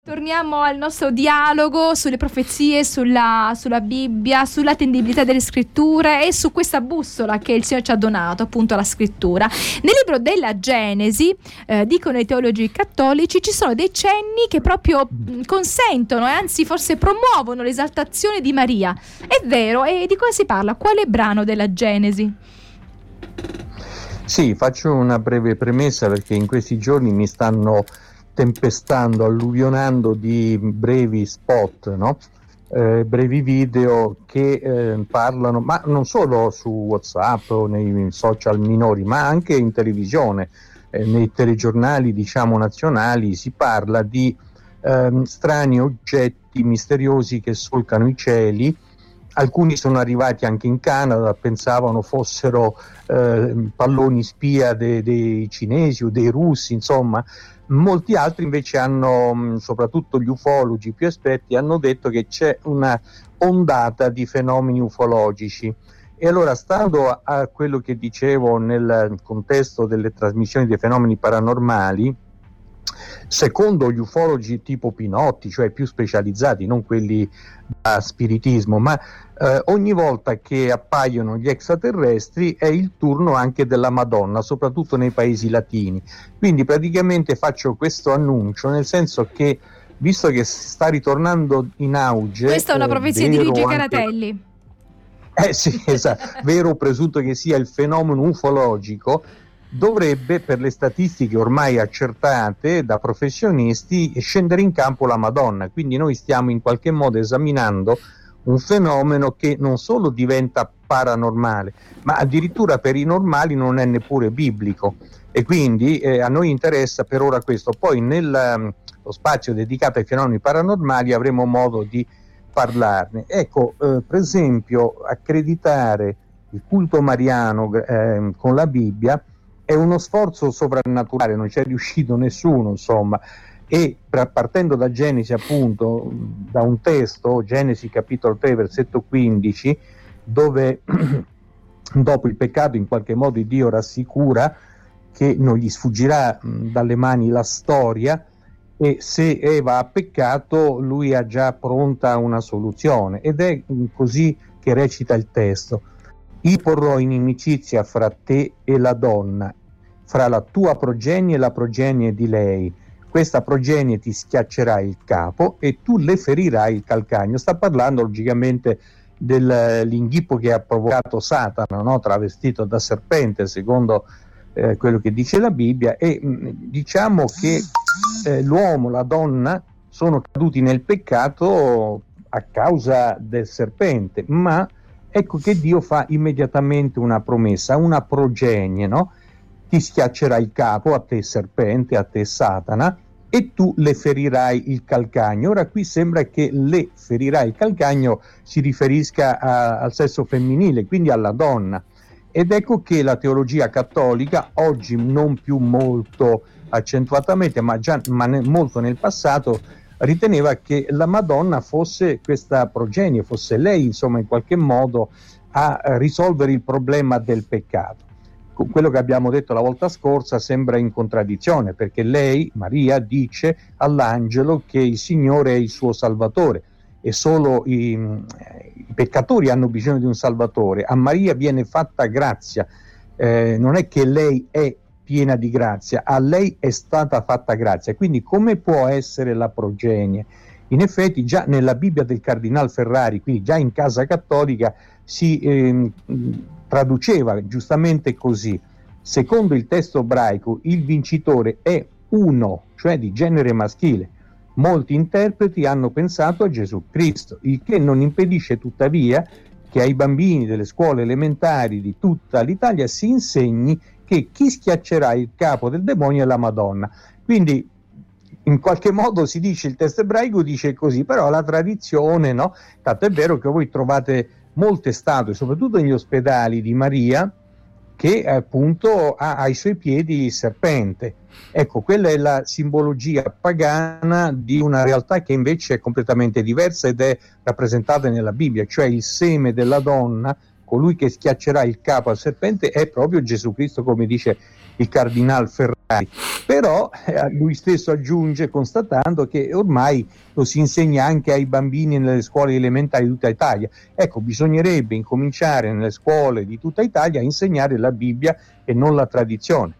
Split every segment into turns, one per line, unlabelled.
Torniamo al nostro dialogo sulle profezie, sulla Bibbia, sull'attendibilità delle scritture e su questa bussola che il Signore ci ha donato, appunto la scrittura. Nel libro della Genesi, dicono i teologi cattolici, ci sono dei cenni che proprio consentono e anzi forse promuovono l'esaltazione di Maria. È vero? E di cosa si parla? Quale brano della Genesi?
Sì, faccio una breve premessa perché in questi giorni mi stanno tempestando, alluvionando di brevi spot, no? Brevi video che parlano, ma non solo su WhatsApp o nei social minori, ma anche in televisione, nei telegiornali, diciamo, nazionali, si parla di strani oggetti misteriosi che solcano i cieli. Alcuni sono arrivati anche in Canada, pensavano fossero palloni spia dei cinesi o dei russi, insomma. Molti altri invece hanno, soprattutto gli ufologi più esperti, hanno detto che c'è una ondata di fenomeni ufologici. E allora, stando a quello che dicevo nel contesto delle trasmissioni dei fenomeni paranormali, secondo gli ufologi tipo Pinotti, cioè più specializzati, non quelli da spiritismo, ma ogni volta che appaiono gli extraterrestri è il turno anche della Madonna, soprattutto nei paesi latini. Quindi praticamente faccio questo annuncio, nel senso che, visto che sta ritornando in auge...
Questa è una profezia di Luigi Caratelli.
Sì, esatto, vero o presunto che sia il fenomeno ufologico, dovrebbe, per le statistiche ormai accertate da professionisti, scendere in campo la Madonna. Quindi noi stiamo in qualche modo esaminando un fenomeno che non solo diventa paranormale, ma addirittura per i normali non è neppure biblico. E quindi a noi interessa per ora questo. Poi nello spazio dedicato ai fenomeni paranormali avremo modo di parlarne. Ecco, per esempio, accreditare il culto mariano con la Bibbia è uno sforzo sovrannaturale, non c'è riuscito nessuno, insomma. E partendo da Genesi, appunto, da un testo, Genesi capitolo 3 versetto 15, dove dopo il peccato in qualche modo Dio rassicura che non gli sfuggirà dalle mani la storia, e se Eva ha peccato lui ha già pronta una soluzione, ed è così che recita il testo: io porrò inimicizia fra te e la donna, fra la tua progenie e la progenie di lei. Questa progenie ti schiaccerà il capo e tu le ferirai il calcagno. Sta parlando logicamente dell'inghippo che ha provocato Satana, no? Travestito da serpente, secondo quello che dice la Bibbia. E diciamo che l'uomo, la donna sono caduti nel peccato a causa del serpente, ma ecco che Dio fa immediatamente una promessa, una progenie, no? Ti schiaccerà il capo, a te serpente, a te Satana, e tu le ferirai il calcagno. Ora qui sembra che le ferirai il calcagno si riferisca al sesso femminile, quindi alla donna. Ed ecco che la teologia cattolica, oggi non più molto accentuatamente, ma già molto nel passato, riteneva che la Madonna fosse questa progenie, fosse lei, insomma, in qualche modo a risolvere il problema del peccato. Quello che abbiamo detto la volta scorsa sembra in contraddizione, perché lei, Maria, dice all'angelo che il Signore è il suo Salvatore e solo i peccatori hanno bisogno di un Salvatore. A Maria viene fatta grazia, non è che lei è piena di grazia, a lei è stata fatta grazia. Quindi come può essere la progenie? In effetti già nella Bibbia del Cardinal Ferrari, quindi già in Casa Cattolica, si traduceva giustamente così: secondo il testo ebraico il vincitore è uno, cioè di genere maschile. Molti interpreti hanno pensato a Gesù Cristo, il che non impedisce tuttavia che ai bambini delle scuole elementari di tutta l'Italia si insegni che chi schiaccerà il capo del demonio è la Madonna. Quindi in qualche modo si dice, il testo ebraico dice così, però la tradizione, no? Tanto è vero che voi trovate molte statue, soprattutto negli ospedali, di Maria che appunto ha ai suoi piedi il serpente. Ecco, quella è la simbologia pagana di una realtà che invece è completamente diversa ed è rappresentata nella Bibbia, cioè il seme della donna colui che schiaccerà il capo al serpente è proprio Gesù Cristo, come dice il cardinal Ferrari. Però lui stesso aggiunge, constatando che ormai lo si insegna anche ai bambini nelle scuole elementari di tutta Italia. Ecco, bisognerebbe incominciare nelle scuole di tutta Italia a insegnare la Bibbia e non la tradizione.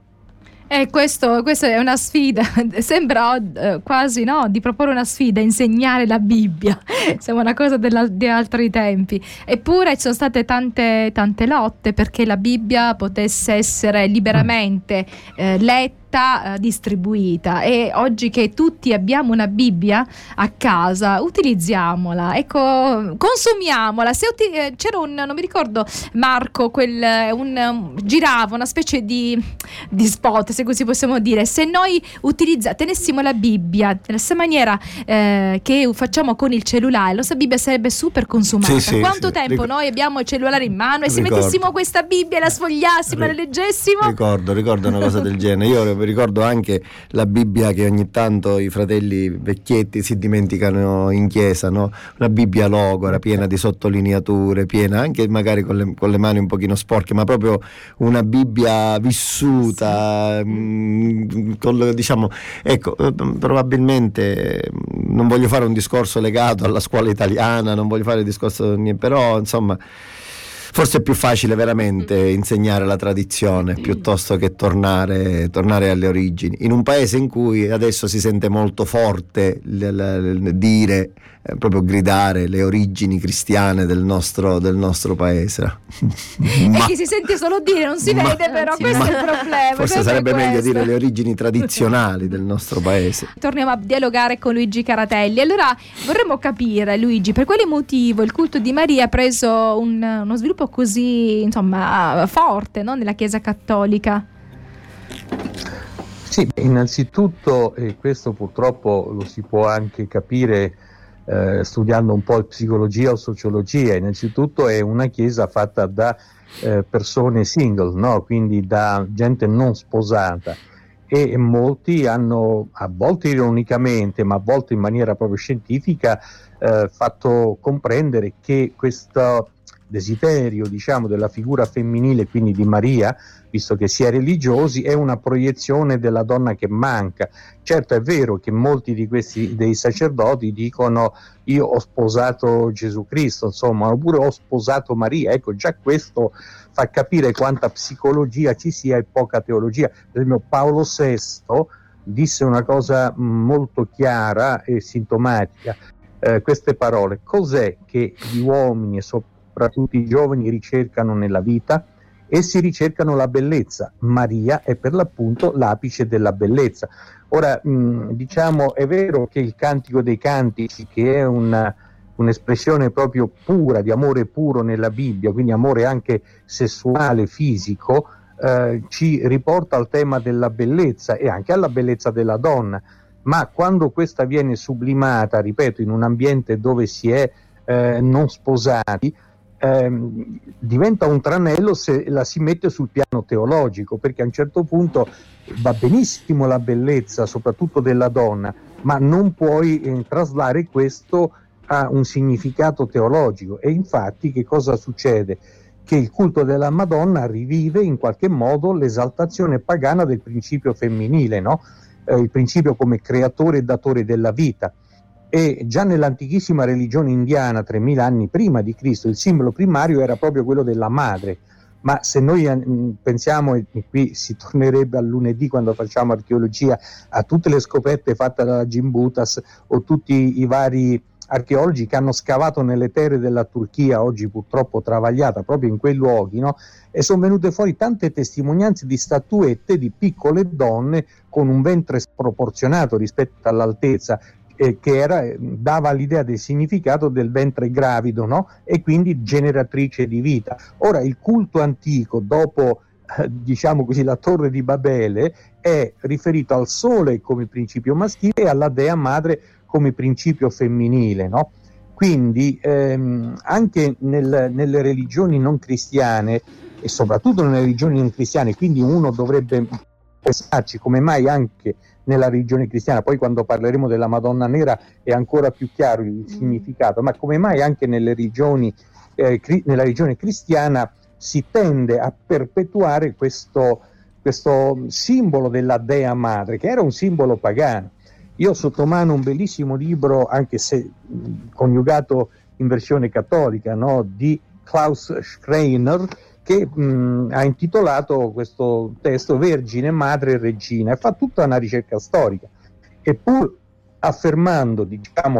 Questa è una sfida, sembra quasi di proporre una sfida, insegnare la Bibbia, sembra una cosa di altri tempi, eppure ci sono state tante lotte perché la Bibbia potesse essere liberamente letta, distribuita, e oggi che tutti abbiamo una Bibbia a casa, utilizziamola, ecco, consumiamola. C'era non mi ricordo, Marco, girava una specie di spot, se così possiamo dire, se noi tenessimo la Bibbia nella stessa maniera che facciamo con il cellulare, la nostra Bibbia sarebbe super consumata. Quanto tempo noi abbiamo il cellulare in mano e se mettessimo questa Bibbia e la sfogliassimo e la leggessimo?
Ricordo una cosa del genere. Io ricordo anche la Bibbia che ogni tanto i fratelli vecchietti si dimenticano in chiesa, no? Una Bibbia logora, piena di sottolineature, piena anche magari con le mani un pochino sporche, ma proprio una Bibbia vissuta, diciamo, ecco, probabilmente non voglio fare un discorso legato alla scuola italiana, non voglio fare il discorso, però insomma forse è più facile veramente insegnare la tradizione piuttosto che tornare alle origini, in un paese in cui adesso si sente molto forte dire, proprio gridare le origini cristiane del nostro paese.
E che si sente solo dire, non si vede, però questo è il problema.
Forse sarebbe meglio dire le origini tradizionali del nostro paese.
Torniamo a dialogare con Luigi Caratelli. Allora vorremmo capire, Luigi, per quale motivo il culto di Maria ha preso uno sviluppo così, insomma, forte, no, nella Chiesa cattolica?
Sì, innanzitutto, e questo purtroppo lo si può anche capire studiando un po' psicologia o sociologia, innanzitutto è una chiesa fatta da persone single, no? Quindi da gente non sposata, e molti hanno, a volte ironicamente ma a volte in maniera proprio scientifica, fatto comprendere che questo desiderio, diciamo, della figura femminile, quindi di Maria, visto che si è religiosi, è una proiezione della donna che manca. Certo, è vero che molti dei sacerdoti dicono: io ho sposato Gesù Cristo, insomma, oppure ho sposato Maria. Ecco, già questo fa capire quanta psicologia ci sia e poca teologia. Per esempio Paolo VI disse una cosa molto chiara e sintomatica, queste parole: cos'è che gli uomini e soprattutto i giovani ricercano nella vita? Essi ricercano la bellezza. Maria è per l'appunto l'apice della bellezza. Ora, diciamo, è vero che il Cantico dei Cantici, che è un'espressione proprio pura, di amore puro nella Bibbia, quindi amore anche sessuale, fisico, ci riporta al tema della bellezza e anche alla bellezza della donna, ma quando questa viene sublimata, ripeto, in un ambiente dove si è non sposati, diventa un tranello se la si mette sul piano teologico, perché a un certo punto va benissimo la bellezza, soprattutto della donna, ma non puoi traslare questo a un significato teologico. E infatti che cosa succede? Che il culto della Madonna rivive in qualche modo l'esaltazione pagana del principio femminile, no? Il principio come creatore e datore della vita. E già nell'antichissima religione indiana, 3000 anni prima di Cristo, il simbolo primario era proprio quello della madre. Ma se noi pensiamo, e qui si tornerebbe a lunedì quando facciamo archeologia, a tutte le scoperte fatte dalla Gimbutas o tutti i vari archeologi che hanno scavato nelle terre della Turchia, oggi purtroppo travagliata proprio in quei luoghi, no? E sono venute fuori tante testimonianze di statuette di piccole donne con un ventre sproporzionato rispetto all'altezza, che dava l'idea del significato del ventre gravido, no? E quindi generatrice di vita. Ora, il culto antico, dopo diciamo così la Torre di Babele, è riferito al sole come principio maschile e alla Dea Madre come principio femminile, no? Quindi anche nelle religioni non cristiane, e soprattutto nelle religioni non cristiane, quindi uno dovrebbe pensarci come mai anche nella religione cristiana. Poi quando parleremo della Madonna Nera è ancora più chiaro il significato, ma come mai anche nella religione cristiana si tende a perpetuare questo simbolo della Dea Madre, che era un simbolo pagano. Io ho sotto mano un bellissimo libro, anche se coniugato in versione cattolica, no, di Klaus Schreiner, che ha intitolato questo testo Vergine, Madre e Regina, e fa tutta una ricerca storica, e pur affermando, diciamo,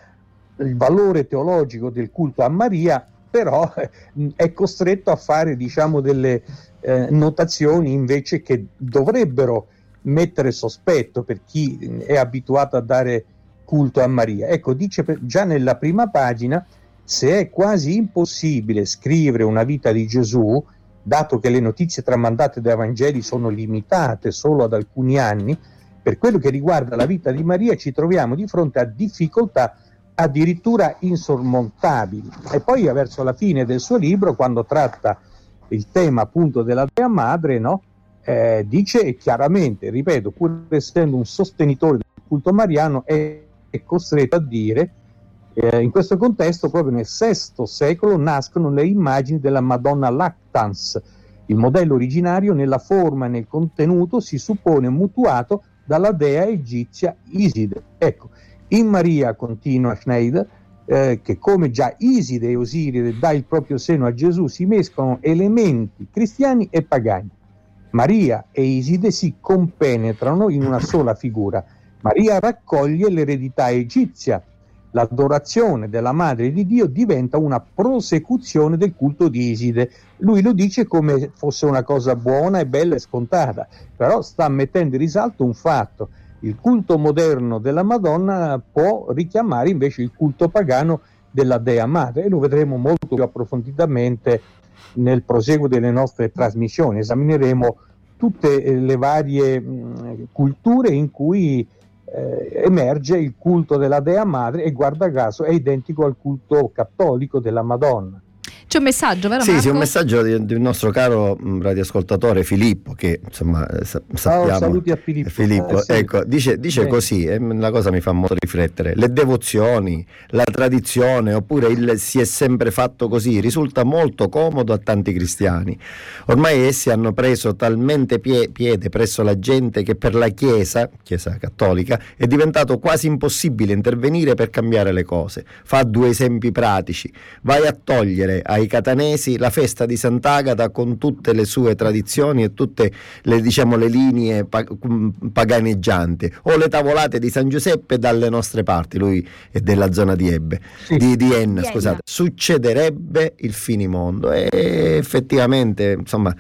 il valore teologico del culto a Maria, però è costretto a fare, diciamo, delle notazioni invece che dovrebbero mettere sospetto per chi è abituato a dare culto a Maria. Ecco, dice già nella prima pagina: se è quasi impossibile scrivere una vita di Gesù, dato che le notizie tramandate dai Vangeli sono limitate solo ad alcuni anni, per quello che riguarda la vita di Maria ci troviamo di fronte a difficoltà addirittura insormontabili. E poi verso la fine del suo libro, quando tratta il tema appunto della Dea Madre, no? Dice chiaramente, ripeto, pur essendo un sostenitore del culto mariano, è costretto a dire: in questo contesto, proprio nel VI secolo, nascono le immagini della Madonna Lactans. Il modello originario, nella forma e nel contenuto, si suppone mutuato dalla dea egizia Iside. Ecco, in Maria, continua Schneider, che come già Iside e Osiride dà il proprio seno a Gesù, si mescolano elementi cristiani e pagani. Maria e Iside si compenetrano in una sola figura. Maria raccoglie l'eredità egizia. L'adorazione della Madre di Dio diventa una prosecuzione del culto di Iside. Lui lo dice come fosse una cosa buona e bella e scontata, però sta mettendo in risalto un fatto: il culto moderno della Madonna può richiamare invece il culto pagano della Dea Madre, e lo vedremo molto più approfonditamente nel proseguo delle nostre trasmissioni. Esamineremo tutte le varie culture in cui emerge il culto della Dea Madre, e guarda caso è identico al culto cattolico della Madonna.
C'è un messaggio, vero
Sì,
Marco?
sì, un messaggio di un nostro caro radioascoltatore Filippo, che insomma sappiamo.
Saluti a Filippo.
Sì. Ecco, dice così, e la cosa mi fa molto riflettere: le devozioni, la tradizione, oppure il si è sempre fatto così, risulta molto comodo a tanti cristiani. Ormai essi hanno preso talmente piede presso la gente che per la Chiesa cattolica, è diventato quasi impossibile intervenire per cambiare le cose. Fa 2 esempi pratici: vai a togliere ai catanesi la festa di Sant'Agata con tutte le sue tradizioni e tutte le linee paganeggianti, o le tavolate di San Giuseppe dalle nostre parti. Lui è della zona di Ebbe, sì. di Enna, scusate. Succederebbe il finimondo, e effettivamente, insomma,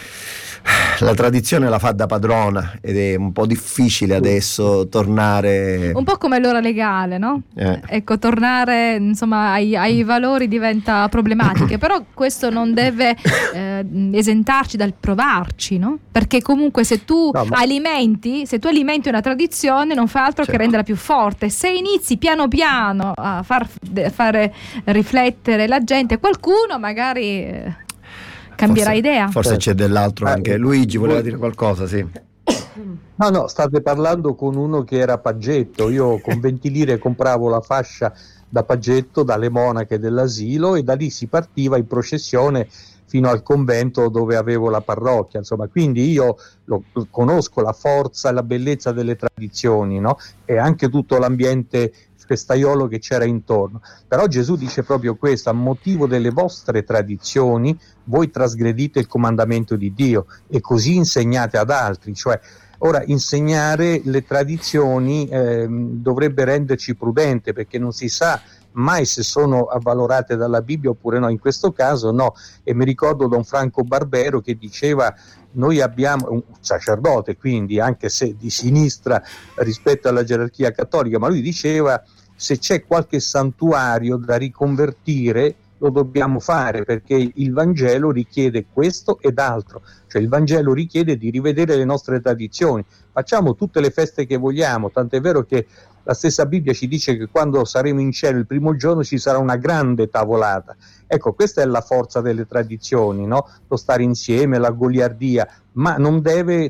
la tradizione la fa da padrona, ed è un po' difficile adesso tornare,
un po' come l'ora legale, no? Ecco, tornare insomma ai valori diventa problematico, però questo non deve esentarci dal provarci, no? Perché comunque se tu alimenti una tradizione, non fa altro che renderla più forte. Se inizi piano piano a fare riflettere la gente, qualcuno magari cambierà idea.
Forse c'è dell'altro anche. Luigi voleva dire qualcosa, sì.
No, state parlando con uno che era paggetto. Io con 20 lire compravo la fascia da paggetto dalle monache dell'asilo, e da lì si partiva in processione fino al convento dove avevo la parrocchia, insomma. Quindi io conosco la forza e la bellezza delle tradizioni, no? E anche tutto l'ambiente festaiolo che c'era intorno. Però Gesù dice proprio questo: a motivo delle vostre tradizioni voi trasgredite il comandamento di Dio e così insegnate ad altri. Cioè, ora, insegnare le tradizioni dovrebbe renderci prudente, perché non si sa mai se sono avvalorate dalla Bibbia oppure no. In questo caso no. E mi ricordo Don Franco Barbero che diceva: noi abbiamo un sacerdote, quindi anche se di sinistra rispetto alla gerarchia cattolica, ma lui diceva: se c'è qualche santuario da riconvertire lo dobbiamo fare, perché il Vangelo richiede questo ed altro. Cioè il Vangelo richiede di rivedere le nostre tradizioni, facciamo tutte le feste che vogliamo, tant'è vero che la stessa Bibbia ci dice che quando saremo in cielo il primo giorno ci sarà una grande tavolata. Ecco, questa è la forza delle tradizioni, no? Lo stare insieme, la goliardia, ma non deve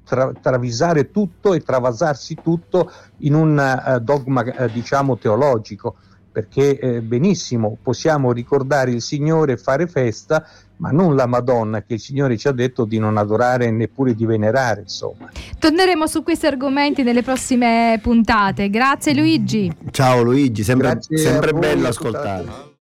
travisare tutto e travasarsi tutto in un dogma diciamo teologico, perché benissimo possiamo ricordare il Signore e fare festa, ma non la Madonna, che il Signore ci ha detto di non adorare e neppure di venerare, insomma.
Torneremo su questi argomenti nelle prossime puntate. Grazie Luigi.
Ciao Luigi, sempre
Grazie a voi,
bello ascoltare.